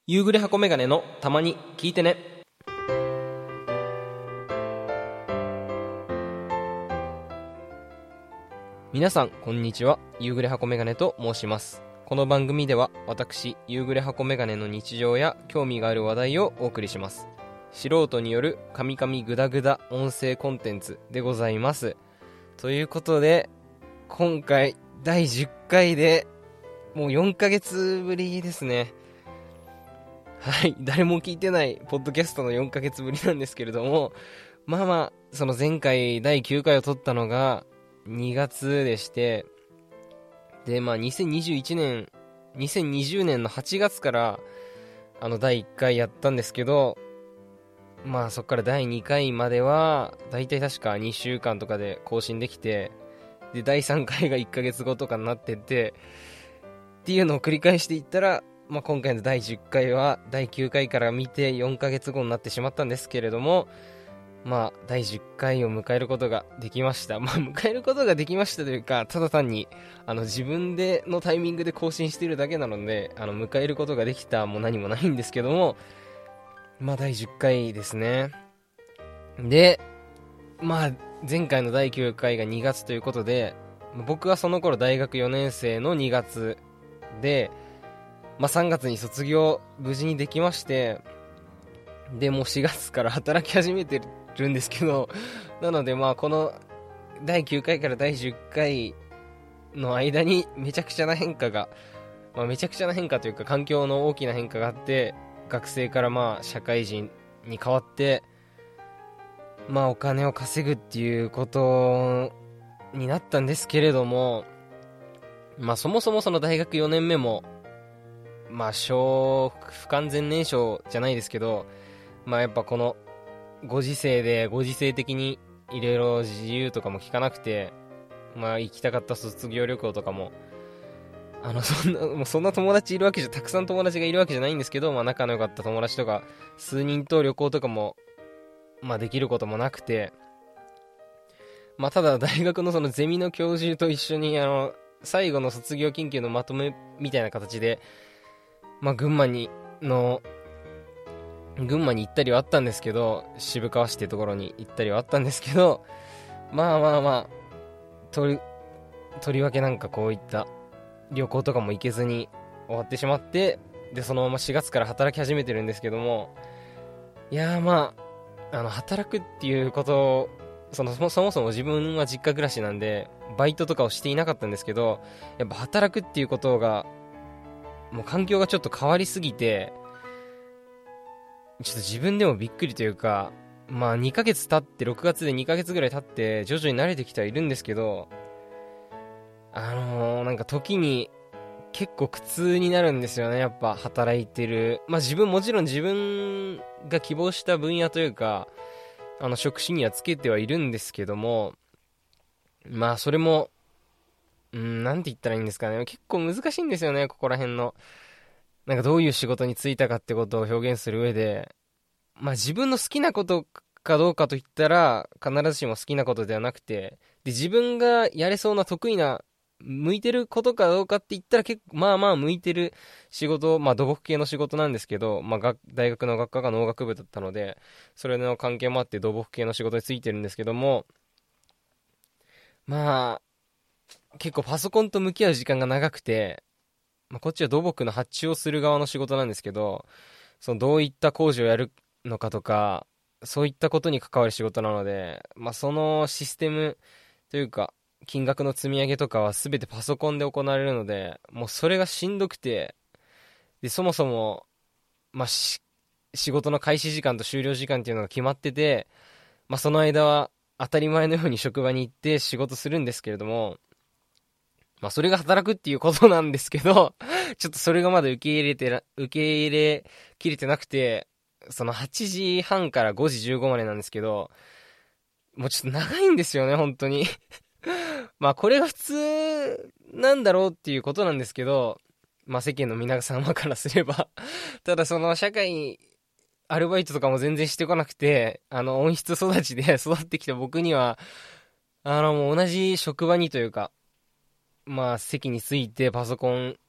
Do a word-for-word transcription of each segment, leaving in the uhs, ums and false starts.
夕暮れ箱メガネのたまに聞いてね。皆さんこんにちは。夕暮れ箱メガネと申します。この番組では私夕暮れ箱メガネの日常や興味がある話題をお送りします。素人によるカミカミグダグダ音声コンテンツでございます。ということで今回だいじゅっかいでもうよんかげつぶりですね。はい、誰も聞いてないポッドキャストのよんかげつぶりなんですけれども、まあまあその前回だいきゅうかいを撮ったのがにがつでして、でまあにせんにじゅういちねんにせんにじゅうねんのはちがつからあのだいいっかいやったんですけど、まあそっからだいにかいまではだいたい確かにしゅうかんとかで更新できて、でだいさんかいがいっかげつごとかになってってっていうのを繰り返していったら、まあ、今回のだいじゅっかいはだいきゅうかいから見てよんかげつごになってしまったんですけれども、まあだいじゅっかいを迎えることができました。まあ迎えることができましたというか、ただ単にあの自分でのタイミングで更新しているだけなので、あの迎えることができたも何もないんですけども、まあだいじゅっかいですね。でまあ前回のだいきゅうかいがにがつということで、僕はその頃大学よねんせいのにがつで、まあ、さんがつに卒業無事にできまして、でもうしがつから働き始めてるんですけど、なのでまあこのだいきゅうかいからだいじゅっかいの間にめちゃくちゃな変化が、まあ、めちゃくちゃな変化というか環境の大きな変化があって、学生からまあ社会人に変わって、まあお金を稼ぐっていうことになったんですけれども、まあそもそもその大学よねんめもまあ小不完全燃焼じゃないですけど、まあやっぱこのご時世でご時世的にいろいろ自由とかも聞かなくて、まあ行きたかった卒業旅行とかもあのそんなもうそんな友達いるわけじゃたくさん友達がいるわけじゃないんですけど、まあ仲の良かった友達とか数人と旅行とかもまあできることもなくて、まあただ大学のそのゼミの教授と一緒にあの最後の卒業研究のまとめみたいな形で、まあ群馬にの群馬に行ったりはあったんですけど、渋川市っていうところに行ったりはあったんですけど、まあまあまあとりとりわけなんかこういった旅行とかも行けずに終わってしまって、でそのまましがつから働き始めてるんですけども、いやーまああの働くっていうことを、そのそもそもそも自分は実家暮らしなんでバイトとかをしていなかったんですけど、やっぱ働くっていうことがもう環境がちょっと変わりすぎて、ちょっと自分でもびっくりというか、まあにかげつ経って、ろくがつでにかげつぐらい経って徐々に慣れてきてはいるんですけど、あのー、なんか時に結構苦痛になるんですよね。やっぱ働いてる、まあ自分もちろん自分が希望した分野というかあの職種にはつけてはいるんですけども、まあそれもうん、なんて言ったらいいんですかね、結構難しいんですよね、ここら辺の。なんかどういう仕事に就いたかってことを表現する上で、まあ自分の好きなことかどうかといったら必ずしも好きなことではなくて、で自分がやれそうな得意な向いてることかどうかって言ったら結構まあまあ向いてる仕事、まあ土木系の仕事なんですけど、まあが大学の学科が農学部だったので、それの関係もあって土木系の仕事に就いてるんですけども、まあ結構パソコンと向き合う時間が長くて、まあ、こっちは土木の発注をする側の仕事なんですけど、そのどういった工事をやるのかとか、そういったことに関わる仕事なので、まあ、そのシステムというか金額の積み上げとかは全てパソコンで行われるので、もうそれがしんどくて、でそもそも、まあ、し仕事の開始時間と終了時間っていうのが決まってて、まあ、その間は当たり前のように職場に行って仕事するんですけれども、まあそれが働くっていうことなんですけどちょっとそれがまだ受け入れてら受け入れきれてなくて、そのはちじはんからごじじゅうごまでなんですけど、もうちょっと長いんですよね本当にまあこれが普通なんだろうっていうことなんですけど、まあ世間の皆様からすればただその社会アルバイトとかも全然してこなくて、あの温室育ちで育ってきた僕には、あのもう同じ職場にというか、まあ席についてパソコンや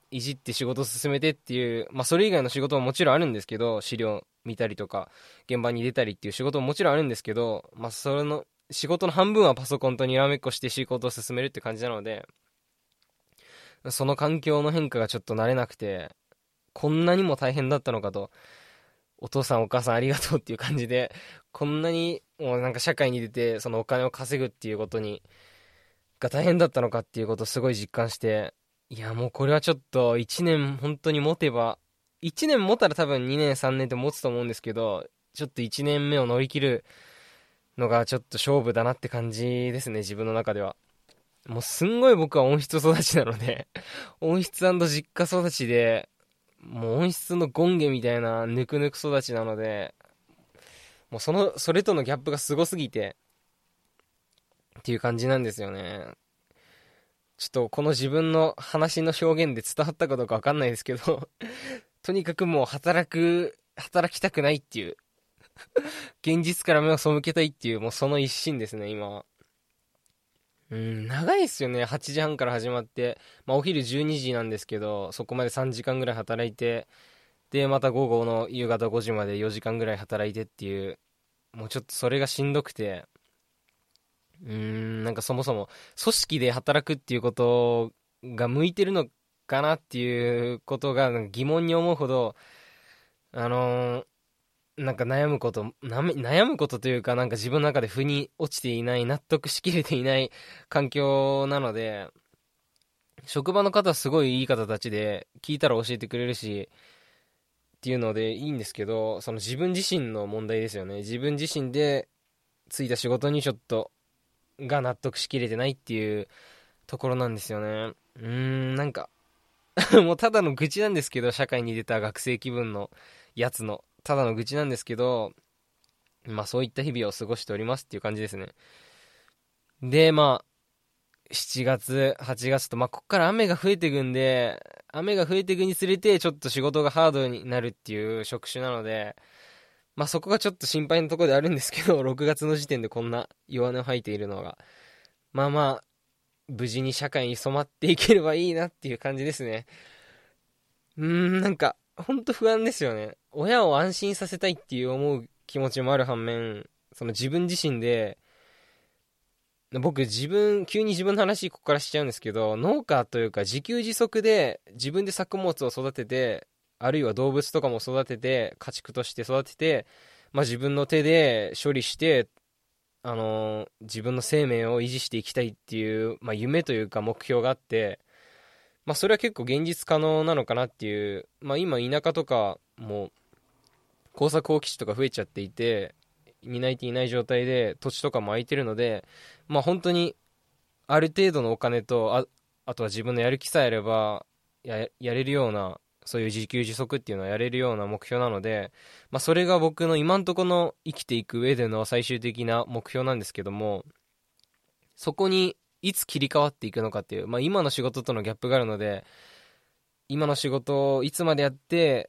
いじって仕事進めてっていう、まあそれ以外の仕事ももちろんあるんですけど、資料見たりとか現場に出たりっていう仕事ももちろんあるんですけど、まあそれの仕事の半分はパソコンとにらめっこして仕事を進めるって感じなので、その環境の変化がちょっと慣れなくて、こんなにも大変だったのかと、お父さんお母さんありがとうっていう感じで、こんなにもうなんか社会に出てそのお金を稼ぐっていうことにが大変だったのかっていうことをすごい実感して、いやもうこれはちょっといちねん本当に持てば、いちねん持ったら多分にねんさんねんって持つと思うんですけど、ちょっといちねんめを乗り切るのがちょっと勝負だなって感じですね、自分の中では。もうすんごい僕は温室育ちなので温室実家育ちで、もう温室のゴンゲみたいなぬくぬく育ちなので、もうそのそれとのギャップがすごすぎてっていう感じなんですよね。ちょっとこの自分の話の表現で伝わったかどうかわかんないですけどとにかくもう働く働きたくないっていう現実から目を背けたいっていう、もうその一心ですね今は。うん、長いですよね。はちじはんから始まって、まあ、お昼じゅうにじなんですけど、そこまでさんじかんぐらい働いて、で、また午後の夕方ごじまでよじかんぐらい働いてっていう、もうちょっとそれがしんどくて、うーん、なんかそもそも、組織で働くっていうことが向いてるのかなっていうことがなんか疑問に思うほど、あのーなんか悩むこと、なめ悩むことというか、なんか自分の中で腑に落ちていない、納得しきれていない環境なので、職場の方はすごいいい方たちで、聞いたら教えてくれるし、っていうのでいいんですけど、その自分自身の問題ですよね。自分自身でついた仕事にちょっと、が納得しきれてないっていうところなんですよね。うーん、なんかもうただの愚痴なんですけど、社会に出た学生気分のやつの、ただの愚痴なんですけど、まあそういった日々を過ごしておりますっていう感じですね。で、まあ、しちがつ、はちがつと、まあこっから雨が増えていくんで、雨が増えていくにつれて、ちょっと仕事がハードになるっていう職種なので、まあそこがちょっと心配なところであるんですけど、ろくがつの時点でこんな弱音を吐いているのが、まあまあ、無事に社会に染まっていければいいなっていう感じですね。うーん、なんか、ほんと不安ですよね。親を安心させたいっていう思う気持ちもある反面、その自分自身で、僕自分、急に自分の話ここからしちゃうんですけど、農家というか自給自足で自分で作物を育てて、あるいは動物とかも育てて、家畜として育てて、まあ自分の手で処理して、あのー自分の生命を維持していきたいっていう、まあ夢というか目標があって、まあそれは結構現実可能なのかなっていう、まあ今田舎とかも耕作放棄地とか増えちゃっていて、担い手いない状態で土地とかも空いてるので、まあ本当にある程度のお金と、あ、あとは自分のやる気さえあればや、やれるような、そういう自給自足っていうのはやれるような目標なので、まあそれが僕の今んとこの生きていく上での最終的な目標なんですけども、そこにいつ切り替わっていくのかっていう、まあ今の仕事とのギャップがあるので、今の仕事をいつまでやって、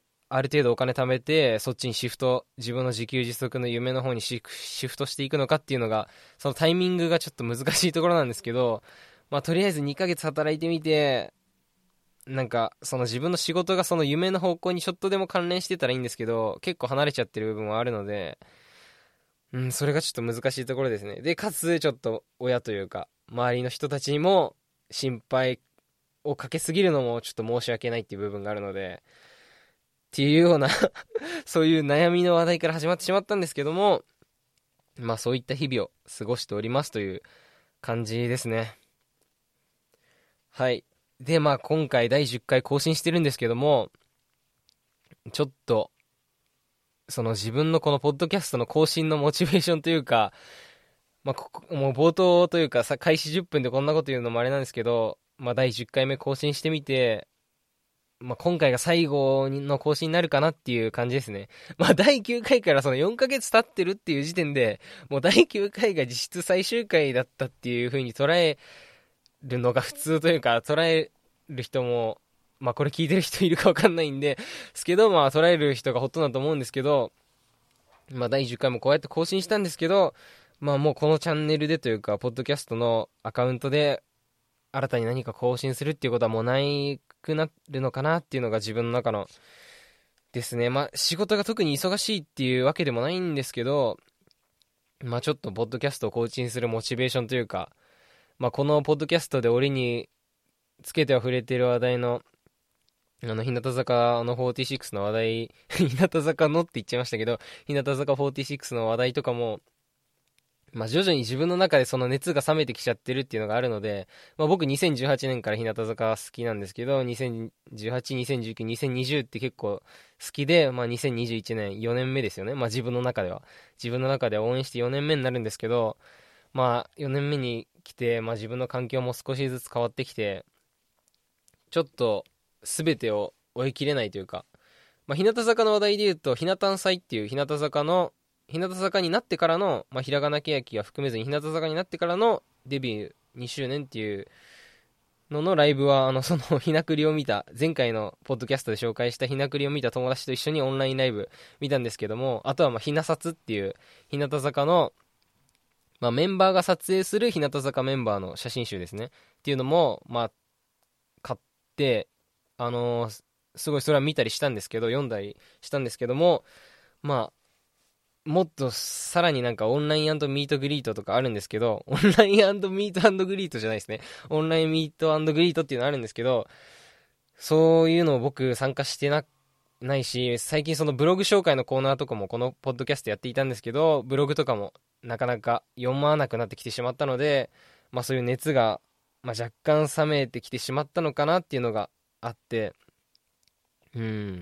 ある程度お金貯めて、そっちにシフト、自分の自給自足の夢の方にシシフトしていくのかっていうのが、そのタイミングがちょっと難しいところなんですけど、まあとりあえずにかげつ働いてみて、なんかその自分の仕事がその夢の方向にちょっとでも関連してたらいいんですけど、結構離れちゃってる部分はあるので、うん、それがちょっと難しいところですね。で、かつちょっと親というか、周りの人たちにも心配をかけすぎるのもちょっと申し訳ないっていう部分があるので、っていうようなそういう悩みの話題から始まってしまったんですけども、まあそういった日々を過ごしておりますという感じですね。はい。で、まあ今回だいじゅっかい更新してるんですけども、ちょっと、その自分のこのポッドキャストの更新のモチベーションというか、まあここ、もう冒頭というかさ、開始じゅっぷんでこんなこと言うのもあれなんですけど、まあだいじゅっかいめ更新してみて、まあ、今回が最後の更新になるかなっていう感じですね。まあ、だいきゅうかいからそのよんかげつ経ってるっていう時点で、もうだいきゅうかいが実質最終回だったっていう風に捉えるのが普通というか、捉える人も、まあ、これ聞いてる人いるかわかんないんで、ですけど、まあ、捉える人がほとんどだと思うんですけど、まあ、だいじゅっかいもこうやって更新したんですけど、まあ、もうこのチャンネルでというか、ポッドキャストのアカウントで、 新たに何か更新するっていうことはもうないくなるのかなっていうのが自分の中のですね。まあ仕事が特に忙しいっていうわけでもないんですけど、まあちょっとポッドキャストを更新するモチベーションというか、まあこのポッドキャストで折につけては触れている話題のあの日向坂のフォーティーシックスの話題日向坂のって言っちゃいましたけど、日向坂フォーティーシックスの話題とかも、まあ徐々に自分の中でその熱が冷めてきちゃってるっていうのがあるので、まあ僕にせんじゅうはちねんから日向坂好きなんですけど、にせんじゅうはち、にせんじゅうきゅう、にせんにじゅうって結構好きで、まあにせんにじゅういちねんよねんめですよね。まあ自分の中では。自分の中では応援してよねんめになるんですけど、まあよねんめに来て、まあ自分の環境も少しずつ変わってきて、ちょっと全てを追い切れないというか、まあ、日向坂の話題で言うと、日向祭っていう日向坂の、日向坂になってからの、まあ、ひらがなけやきは含めずに日向坂になってからのデビューにしゅうねんっていうののライブは、あの、そのひなくりを見た、前回のポッドキャストで紹介したひなくりを見た友達と一緒にオンラインライブ見たんですけども、あとはまあひなさつっていう日向坂の、まあ、メンバーが撮影する日向坂メンバーの写真集ですね。っていうのも、まあ、買って、あのーすごいそれは見たりしたんですけど、読んだりしたんですけども、まあ、もっとさらになんかオンライン&ミートグリートとかあるんですけど、オンライン&ミート&グリートじゃないですね。オンラインミート&グリートっていうのあるんですけど、そういうのを僕参加してな、ないし、最近そのブログ紹介のコーナーとかもこのポッドキャストやっていたんですけど、ブログとかもなかなか読まなくなってきてしまったので、まあそういう熱が、まあ、若干冷めてきてしまったのかなっていうのがあって、うん。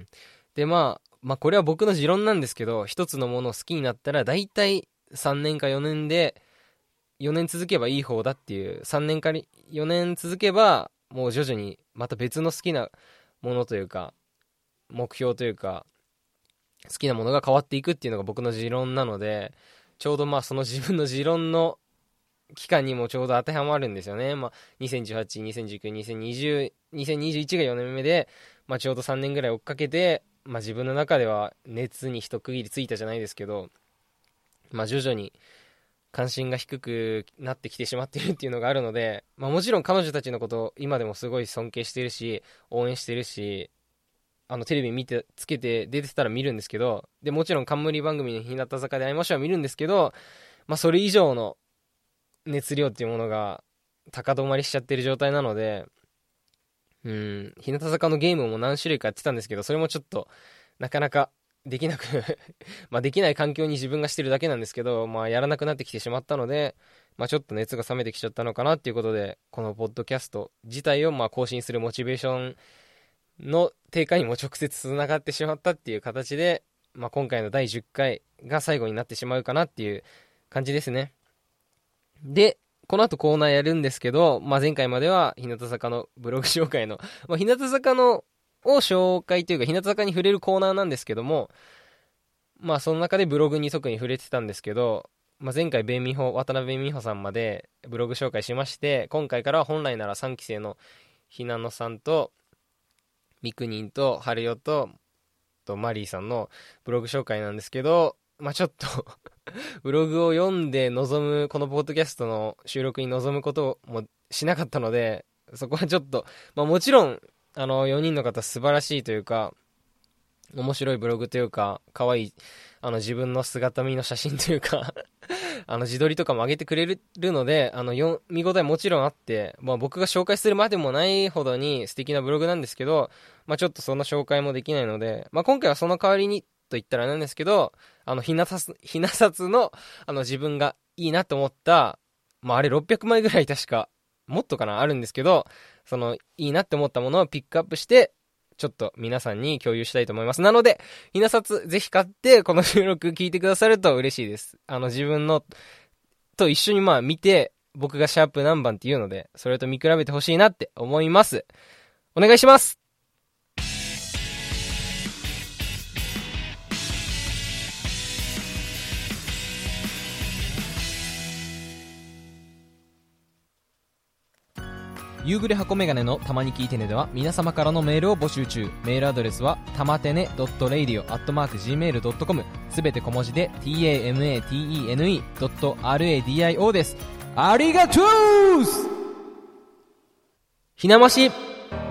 で、まあ、まあ、これは僕の持論なんですけど、一つのものを好きになったら、だいたいさんねんかよねんで、よねん続けばいい方だっていう、さんねんかよねん続けば、もう徐々にまた別の好きなものというか、目標というか、好きなものが変わっていくっていうのが僕の持論なので、ちょうどまあその自分の持論の期間にもちょうど当てはまるんですよね。まあ、にせんじゅうはち、にせんじゅうきゅう、にせんにじゅう、にせんにじゅういちがよねんめで、まあ、ちょうどさんねんぐらい追っかけて、まあ、自分の中では熱に一区切りついたじゃないですけど、まあ、徐々に関心が低くなってきてしまっているっていうのがあるので、まあ、もちろん彼女たちのことを今でもすごい尊敬してるし、応援してるし、あのテレビ見てつけて出てたら見るんですけど、でもちろん冠番組の日向坂で会いましょうは見るんですけど、まあ、それ以上の熱量っていうものが高止まりしちゃってる状態なので、うん、日向坂のゲームも何種類かやってたんですけど、それもちょっとなかなかできなくまあできない環境に自分がしてるだけなんですけど、まあやらなくなってきてしまったので、まあちょっと熱が冷めてきちゃったのかなっていうことで、このポッドキャスト自体をまあ更新するモチベーションの低下にも直接つながってしまったっていう形で、まあ今回のだいじゅっかいが最後になってしまうかなっていう感じですね。で、この後コーナーやるんですけど、まあ、前回までは日向坂のブログ紹介の、まあ、日向坂のを紹介というか日向坂に触れるコーナーなんですけども、まあその中でブログに特に触れてたんですけど、まあ、前回ベンミホ渡辺美穂さんまでブログ紹介しまして、今回からは本来ならさんき生のひなのさんとみくにんとはるよととマリーさんのブログ紹介なんですけど、まあちょっとブログを読んで臨むこのポッドキャストの収録に臨むこともしなかったので、そこはちょっと、まあ、もちろんあのよにんの方素晴らしいというか面白いブログというか可愛いあの自分の姿見の写真というかあの自撮りとかも上げてくれるので、あの読み応えもちろんあって、まあ、僕が紹介するまでもないほどに素敵なブログなんですけど、まあ、ちょっとそんな紹介もできないので、まあ、今回はその代わりにと言ったらなんですけど、あのひなさつひなさつのあの自分がいいなと思った、まあ、あれろっぴゃくまいぐらい確かもっとかなあるんですけど、そのいいなって思ったものをピックアップしてちょっと皆さんに共有したいと思います。なのでひなさつぜひ買ってこの収録聞いてくださると嬉しいです。あの自分のと一緒にまあ見て、僕がシャープ何番っていうのでそれと見比べてほしいなって思います。お願いします。夕暮れ箱メガネのたまに聞いてねでは皆様からのメールを募集中。メールアドレスはたまてね .radio アットマーク ジーメール ドットコム、 すべて小文字で タマテネ .radio です。ありがとう。 ひなまし。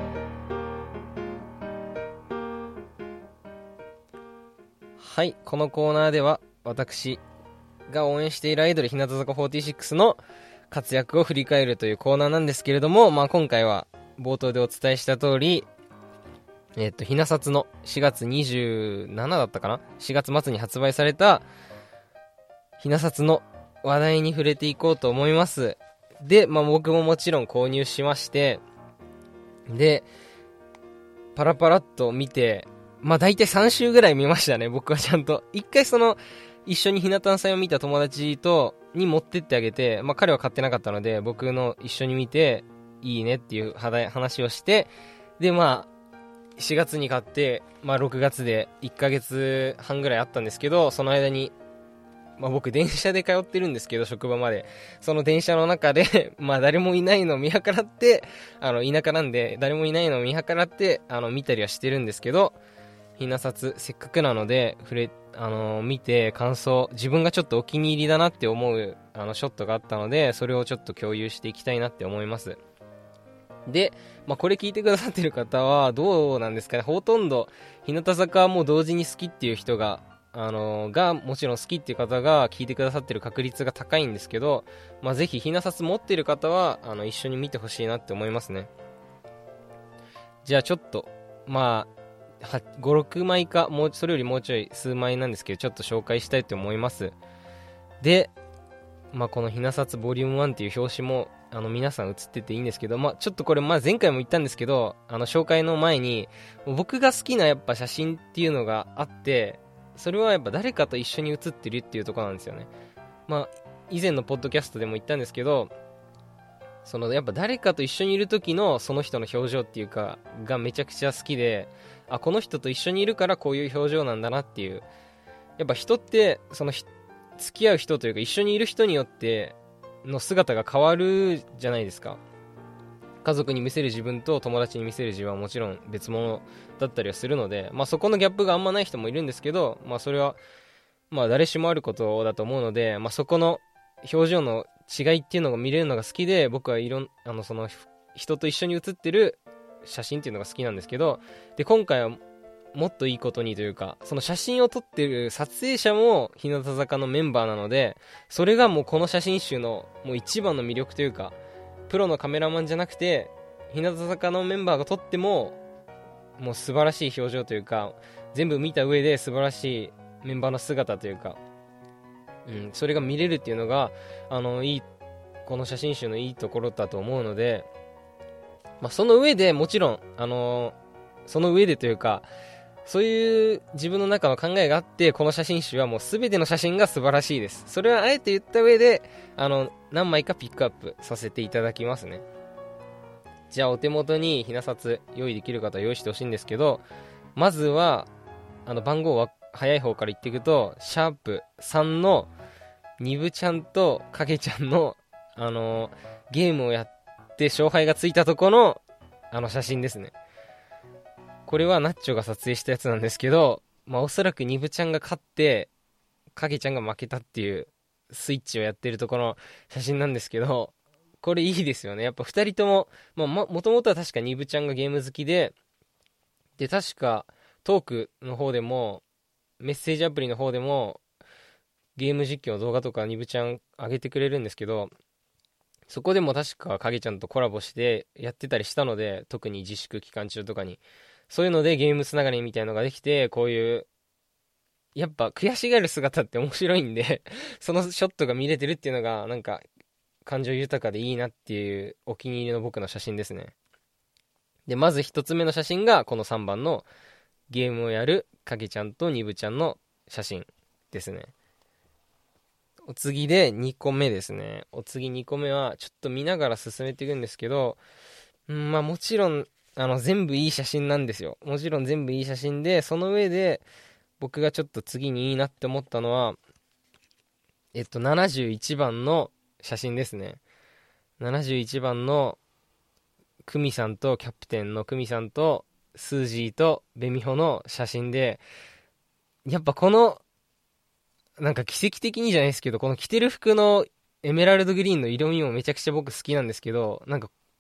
はい、このコーナーでは私が応援しているアイドル日向坂フォーティーシックスの活躍を振り返るというコーナーなんですけれども、まあ、今回は冒頭でお伝えした通り、えっとひなさつのしがつにじゅうしちだったかな、しがつ末に発売されたひなさつの話題に触れていこうと思います。で、まあ、僕ももちろん購入しまして、でパラパラっと見て、まあ大体さん週ぐらい見ましたね。僕はちゃんと一回その一緒にひなたん祭を見た友達とに持ってってあげて、まあ彼は買ってなかったので僕の一緒に見ていいねっていう話をして、でまあしがつに買って、まあろくがつでいっかげつはんぐらいあったんですけど、その間にまあ、僕電車で通ってるんですけど、職場までその電車の中でまあ誰もいないのを見計らって、あの田舎なんで誰もいないのを見計らってあの見たりはしてるんですけど、ひなさつせっかくなので触れ、あのー見て感想、自分がちょっとお気に入りだなって思うあのショットがあったので、それをちょっと共有していきたいなって思います。で、まあ、これ聞いてくださってる方はどうなんですかね。ほとんど日向坂も同時に好きっていう人があのーがもちろん好きっていう方が聞いてくださってる確率が高いんですけど、まあ、ぜひひなさつ持ってる方はあの一緒に見てほしいなって思いますね。じゃあちょっとまあご、ろくまいか、もうそれよりもうちょい数枚なんですけど、ちょっと紹介したいと思います。で、まあ、このひなさつボリュームワンっていう表紙もあの皆さん映ってていいんですけど、まあ、ちょっとこれまあ前回も言ったんですけど、あの紹介の前に僕が好きなやっぱ写真っていうのがあって、それはやっぱ誰かと一緒に写ってるっていうところなんですよね。まあ以前のポッドキャストでも言ったんですけど、そのやっぱ誰かと一緒にいる時のその人の表情っていうかがめちゃくちゃ好きで、あ、この人と一緒にいるからこういう表情なんだなっていう、やっぱ人ってその付き合う人というか一緒にいる人によっての姿が変わるじゃないですか。家族に見せる自分と友達に見せる自分はもちろん別物だったりはするので、まあ、そこのギャップがあんまない人もいるんですけど、まあ、それはまあ誰しもあることだと思うので、まあ、そこの表情の違いっていうのが見れるのが好きで、僕はいろんあのその人と一緒に写ってる写真っていうのが好きなんですけど、で今回はもっといいことにというか、その写真を撮ってる撮影者も日向坂のメンバーなので、それがもうこの写真集のもう一番の魅力というか、プロのカメラマンじゃなくて日向坂のメンバーが撮ってももう素晴らしい表情というか、全部見た上で素晴らしいメンバーの姿というか、うん、それが見れるっていうのがあのいい、この写真集のいいところだと思うので、まあ、その上でもちろん、あのー、その上でというか、そういう自分の中の考えがあって、この写真集はもう全ての写真が素晴らしいです。それはあえて言った上で、あの何枚かピックアップさせていただきますね。じゃあお手元にひなさつ用意できる方は用意してほしいんですけど、まずはあの番号は早い方から言っていくと、シャープさんのにぶちゃんとかげちゃんの、あのー、ゲームをやって勝敗がついたとこのあの写真ですね。これはナッチョが撮影したやつなんですけど、まあ、おそらくニブちゃんが勝って影ちゃんが負けたっていうスイッチをやってるところの写真なんですけど、これいいですよね。やっぱふたりとも、まあ、もともとは確かニブちゃんがゲーム好きで、で確かトークの方でもメッセージアプリの方でもゲーム実況の動画とかニブちゃん上げてくれるんですけど、そこでも確か影ちゃんとコラボしてやってたりしたので、特に自粛期間中とかにそういうのでゲームつながりみたいなのができて、こういうやっぱ悔しがる姿って面白いんでそのショットが見れてるっていうのがなんか感情豊かでいいなっていうお気に入りの僕の写真ですね。でまず一つ目の写真がこのさんばんのゲームをやる影ちゃんとニブちゃんの写真ですね。お次でにこめですね。お次にこめはちょっと見ながら進めていくんですけど、んまあもちろんあの全部いい写真なんですよ。もちろん全部いい写真で、その上で僕がちょっと次にいいなって思ったのは、えっとななじゅういちばんの写真ですね。ななじゅういちばんのクミさんと、キャプテンのクミさんとスージーとベミホの写真で、やっぱこのなんか奇跡的にじゃないですけど、この着てる服のエメラルドグリーンの色味もめちゃくちゃ僕好きなんですけど、なんか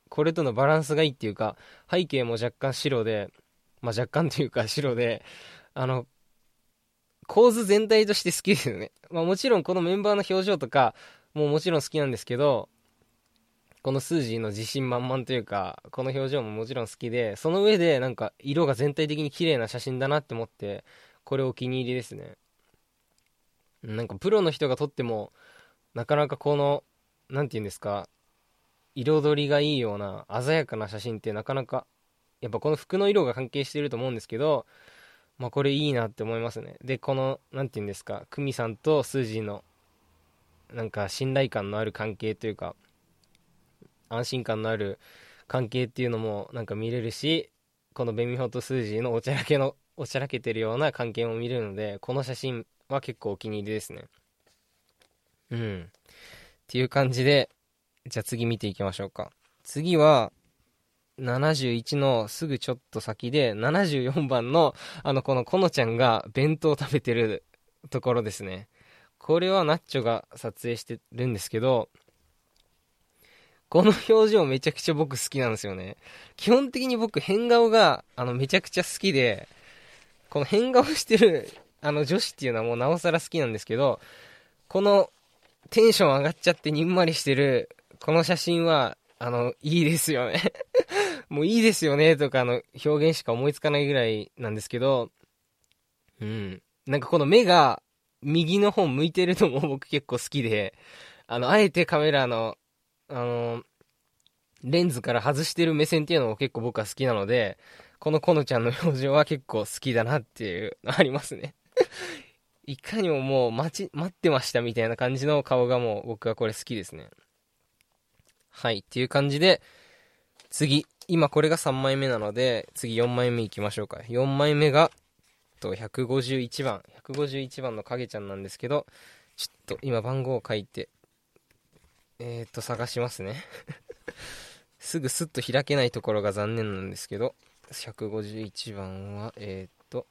これとのバランスがいいっていうか、背景も若干白で、まあ若干というか白で、あの、構図全体として好きですよね。まあもちろんこのメンバーの表情とか、もうもちろん好きなんですけど、このスージーの自信満々というか、この表情ももちろん好きで、その上でなんか色が全体的に綺麗な写真だなって思って、これお気に入りですね。なんかプロの人が撮っても、なかなかこの、なんて言うんですか、彩りがいいような鮮やかな写真ってなかなか、やっぱこの服の色が関係してると思うんですけど、まあこれいいなって思いますね。で、この、なんて言うんですか、クミさんとスージーの、なんか信頼感のある関係というか、安心感のある関係っていうのもなんか見れるし、このベミホとスージーのおちゃらけの、おちゃらけてるような関係も見れるので、この写真は結構お気に入りですね。うん。っていう感じで、じゃあ次見ていきましょうか。次は、ななじゅういちのすぐちょっと先で、ななじゅうよんばんの、あの、このこのちゃんが弁当を食べてるところですね。これはナッチョが撮影してるんですけど、この表情めちゃくちゃ僕好きなんですよね。基本的に僕変顔が、あの、めちゃくちゃ好きで、この変顔してる、あの、女子っていうのはもうなおさら好きなんですけど、このテンション上がっちゃってにんまりしてる、この写真は、あの、いいですよね。もういいですよねとかの表現しか思いつかないぐらいなんですけど、うん。なんかこの目が右の方向いてるのも僕結構好きで、あの、あえてカメラの、あの、レンズから外してる目線っていうのも結構僕は好きなので、このコノちゃんの表情は結構好きだなっていうのありますね。いかにももう待ち、待ってましたみたいな感じの顔がもう僕はこれ好きですね。はい。っていう感じで、次、今これがさんまいめなので、次よんまいめいきましょうか。よんまいめが、と、ひゃくごじゅういちばん。ひゃくごじゅういちばんの影ちゃんなんですけど、ちょっと今番号を書いて、えーと、探しますね。すぐスッと開けないところが残念なんですけど、ひゃくごじゅういちばんは、えーと、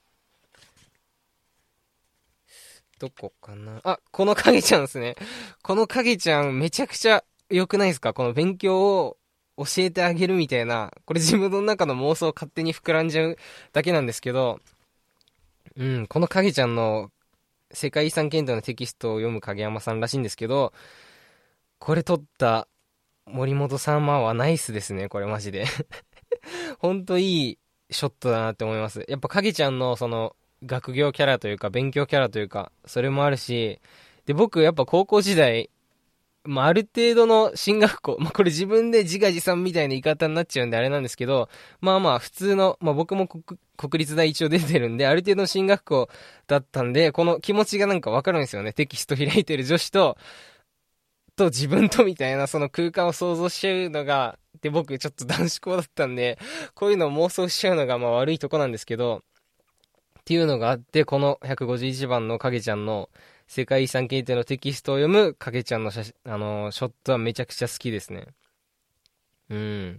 どこかなあ、この影ちゃんですね。この影ちゃんめちゃくちゃ良くないですか？この勉強を教えてあげるみたいな、これ自分の中の妄想勝手に膨らんじゃうだけなんですけど、うん、この影ちゃんの世界遺産検討のテキストを読む影山さんらしいんですけど、これ撮った森本さんはナイスですね、これマジで。ほんといいショットだなって思います。やっぱ影ちゃんのその学業キャラというか勉強キャラというか、それもあるし、で僕やっぱ高校時代、まあ、ある程度の進学校、まあ、これ自分で自画自賛みたいな言い方になっちゃうんであれなんですけど、まあまあ普通の、まあ僕も国、国立大一応出てるんで、ある程度の進学校だったんで、この気持ちがなんかわかるんですよね。テキスト開いてる女子と、と自分とみたいなその空間を想像しちゃうのが、で僕ちょっと男子校だったんで、こういうのを妄想しちゃうのがまあ悪いとこなんですけど、っていうのがあって、このひゃくごじゅういちばんの影ちゃんの世界遺産検定のテキストを読む影ちゃんの写真、あのーショットはめちゃくちゃ好きですね。うん。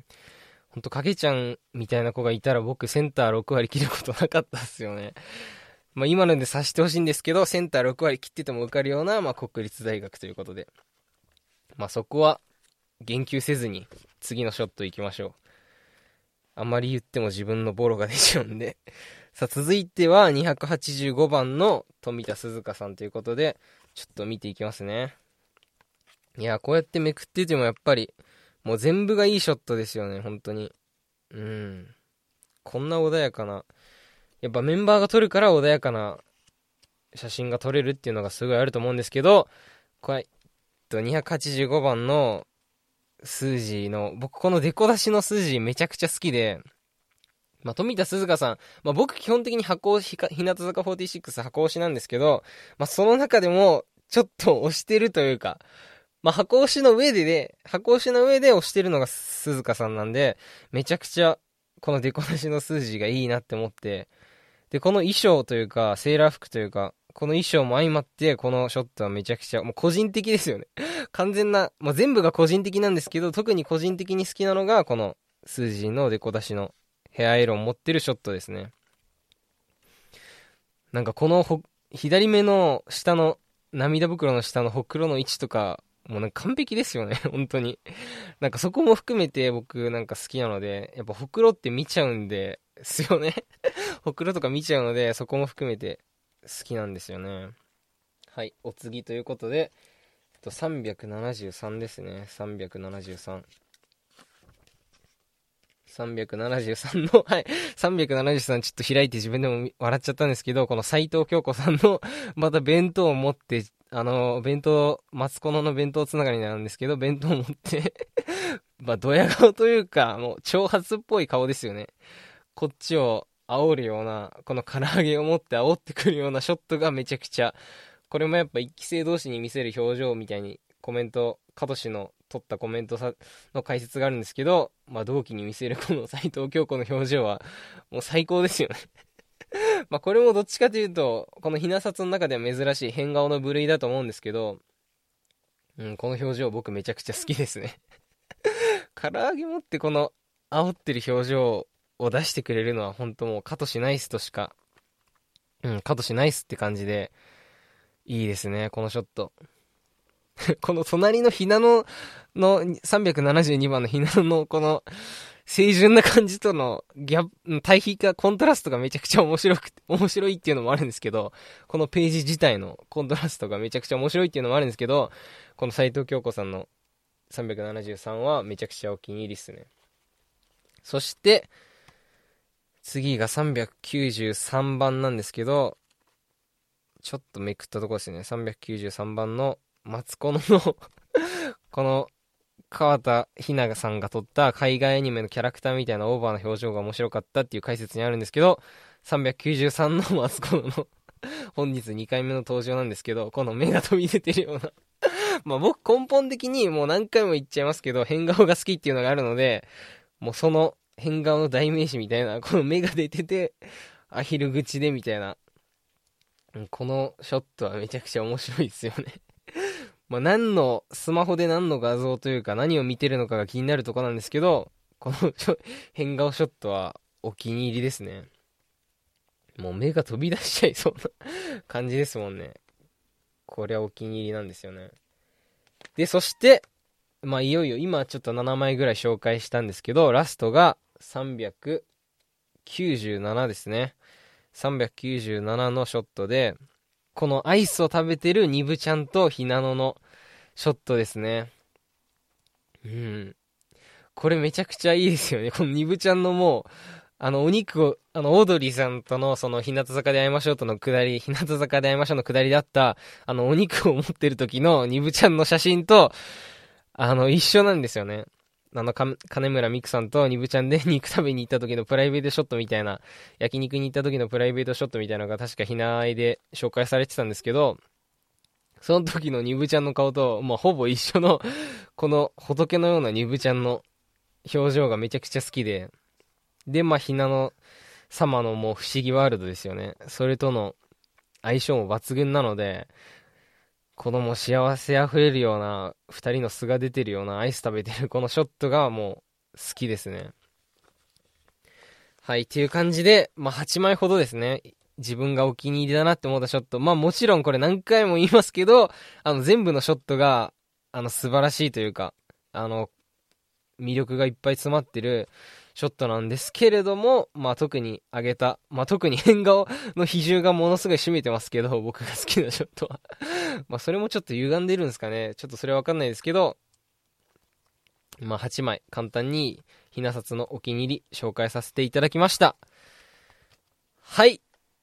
ほんと影ちゃんみたいな子がいたら僕センターろく割切ることなかったっすよね。まあ今のでさしてほしいんですけど、センターろく割切ってても受かるような、まあ国立大学ということで。まあそこは言及せずに次のショット行きましょう。あんまり言っても自分のボロが出ちゃうんで。さあ続いてはにひゃくはちじゅうごばんの富田鈴香さんということで、ちょっと見ていきますね。いや、こうやってめくっててもやっぱり、もう全部がいいショットですよね、本当に。うん。こんな穏やかな、やっぱメンバーが撮るから穏やかな写真が撮れるっていうのがすごいあると思うんですけど、これ、にひゃくはちじゅうごばんの数字の、僕このデコ出しの数字めちゃくちゃ好きで、まあ、富田鈴香さん、まあ、僕基本的に箱推し、日向坂フォーティーシックス箱推しなんですけど、まあ、その中でも、ちょっと推してるというか、まあ、箱推しの上でで、箱推しの上で推してるのが鈴香さんなんで、めちゃくちゃ、このデコ出しの数字がいいなって思って、で、この衣装というか、セーラー服というか、この衣装も相まって、このショットはめちゃくちゃ、もう個人的ですよね。完全な、まあ、全部が個人的なんですけど、特に個人的に好きなのが、この数字のデコ出しのヘアアイロンを持ってるショットですね。なんかこのほ左目の下の涙袋の下のほくろの位置とか、 もうなんか完璧ですよね本当に。なんかそこも含めて僕なんか好きなので、やっぱほくろって見ちゃうんですよねほくろとか見ちゃうので、そこも含めて好きなんですよね。はい、お次ということで、えっと、さんびゃくななじゅうさんですね。さんびゃくななじゅうさん。さんびゃくななじゅうさんの、はい、さんびゃくななじゅうさんちょっと開いて自分でも笑っちゃったんですけど、この斉藤京子さんのまた弁当を持って、あの、弁当、マツコノの弁当つながりなんですけど、弁当を持ってまあ、ドヤ顔というか、もう、挑発っぽい顔ですよね。こっちを煽るような、この唐揚げを持って煽ってくるようなショットがめちゃくちゃ、これもやっぱ一期生同士に見せる表情みたいにコメント、カトシの撮ったコメントさの解説があるんですけど、まあ、同期に見せるこの斉藤京子の表情はもう最高ですよねまあこれもどっちかというと、このひなさつの中では珍しい変顔の部類だと思うんですけど、うん、この表情僕めちゃくちゃ好きですね唐揚げ持ってこの煽ってる表情を出してくれるのは本当もうカトシナイスとしか、うん、カトシナイスって感じでいいですね、このショットこの隣のひなののさんびゃくななじゅうにばんのひなののこの清純な感じとのギャップ、対比かコントラストがめちゃくちゃ面白くて、面白いっていうのもあるんですけど、このページ自体のコントラストがめちゃくちゃ面白いっていうのもあるんですけど、この斉藤京子さんのさんびゃくななじゅうさんはめちゃくちゃお気に入りっすね。そして次がさんびゃくきゅうじゅうさんばんなんですけど、ちょっとめくったところですね。さんびゃくきゅうじゅうさんばんのマツコノのこの川田ひなさんが撮った海外アニメのキャラクターみたいなオーバーな表情が面白かったっていう解説にあるんですけど、さんびゃくきゅうじゅうさんのマツコノの本日にかいめの登場なんですけど、この目が飛び出てるようなまあ僕根本的にもう何回も言っちゃいますけど、変顔が好きっていうのがあるので、もうその変顔の代名詞みたいな、この目が出ててアヒル口でみたいな、このショットはめちゃくちゃ面白いですよねまあ何のスマホで何の画像というか何を見てるのかが気になるとこなんですけど、この変顔ショットはお気に入りですね。もう目が飛び出しちゃいそうな感じですもんね。これはお気に入りなんですよね。でそしてまあいよいよ今ちょっとななまいぐらい紹介したんですけど、ラストがさんびゃくきゅうじゅうななですね。さんびゃくきゅうじゅうななのショットで、このアイスを食べてるニブちゃんとひなののショットですね。うん。これめちゃくちゃいいですよね。このニブちゃんのもう、あのお肉を、あのオードリーさんとのその日向坂で会いましょうとのくだり、日向坂で会いましょうのくだりだった、あのお肉を持ってる時のニブちゃんの写真と、あの一緒なんですよね。あのか金村美久さんとニブちゃんで肉食べに行った時のプライベートショットみたいな、焼肉に行った時のプライベートショットみたいなのが確かひなあいで紹介されてたんですけど、その時のニブちゃんの顔と、まあ、ほぼ一緒のこの仏のようなニブちゃんの表情がめちゃくちゃ好きで、でまあひなの様のもう不思議ワールドですよね。それとの相性も抜群なので、このもう幸せあふれるようなふたりの素が出てるようなアイス食べてるこのショットがもう好きですね。はいっていう感じで、まあ、はちまいほどですね、自分がお気に入りだなって思ったショット、まあもちろんこれ何回も言いますけど、あの全部のショットがあの素晴らしいというか、あの魅力がいっぱい詰まってるショットなんですけれども、まあ特に挙げた、まあ特に変顔の比重がものすごい占めてますけど、僕が好きなショットはまあそれもちょっと歪んでるんですかね、ちょっとそれは分かんないですけど、まあはちまい簡単にひなさつのお気に入り紹介させていただきました。はい。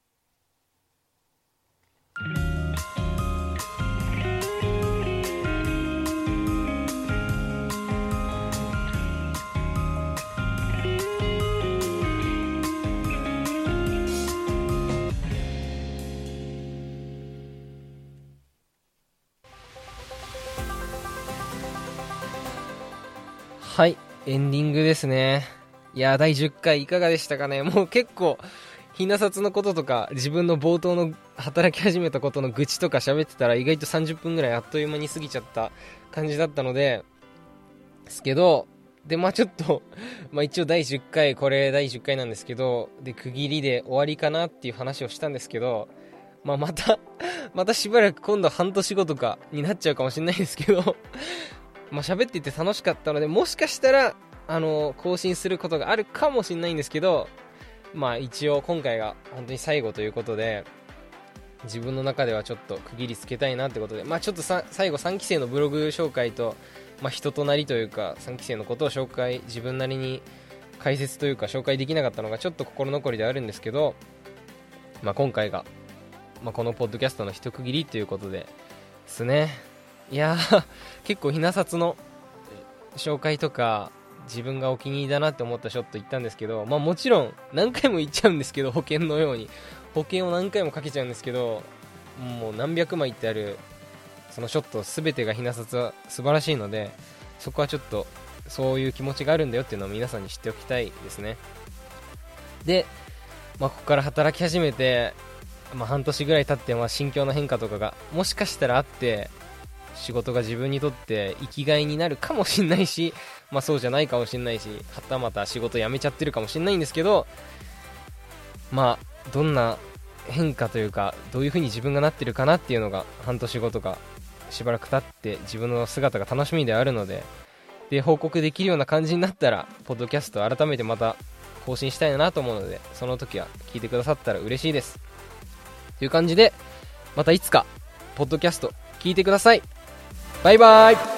はい、エンディングですね。いやだいじゅっかいいかがでしたかね。もう結構ひなさつのこととか自分の冒頭の働き始めたことの愚痴とか喋ってたら意外とさんじゅっぷんぐらいあっという間に過ぎちゃった感じだったのでですけど、でまあちょっとまあ一応だいじゅっかい、これだいじゅっかいなんですけど、で区切りで終わりかなっていう話をしたんですけど、 まあ、またまたしばらく今度半年後とかになっちゃうかもしれないですけどまあ喋っていて楽しかったので、もしかしたらあの更新することがあるかもしれないんですけど、まあ一応今回が本当に最後ということで、自分の中ではちょっと区切りつけたいなってことで、まあちょっとさ最後さんき生のブログ紹介と、まあ、人となりというかさんき生のことを紹介、自分なりに解説というか紹介できなかったのがちょっと心残りであるんですけど、まあ、今回が、まあ、このポッドキャストの一区切りということでですね。いやー結構ひなさつの紹介とか自分がお気に入りだなって思ったショット言ったんですけど、まあ、もちろん何回も言っちゃうんですけど、保険のように保険を何回もかけちゃうんですけど、もう何百枚ってあるそのショット全てがひなさつは素晴らしいので、そこはちょっとそういう気持ちがあるんだよっていうのを皆さんに知っておきたいですね。で、まあ、ここから働き始めて、まあ、半年ぐらい経って、まあ心境の変化とかがもしかしたらあって、仕事が自分にとって生きがいになるかもしれないし、まあ、そうじゃないかもしれないし、はたまた仕事辞めちゃってるかもしれないんですけど、まあどんな変化というかどういう風に自分がなってるかなっていうのが半年後とかしばらく経って自分の姿が楽しみであるので、で報告できるような感じになったらポッドキャスト改めてまた更新したいなと思うので、その時は聞いてくださったら嬉しいですという感じで、またいつかポッドキャスト聞いてください。バイバイ。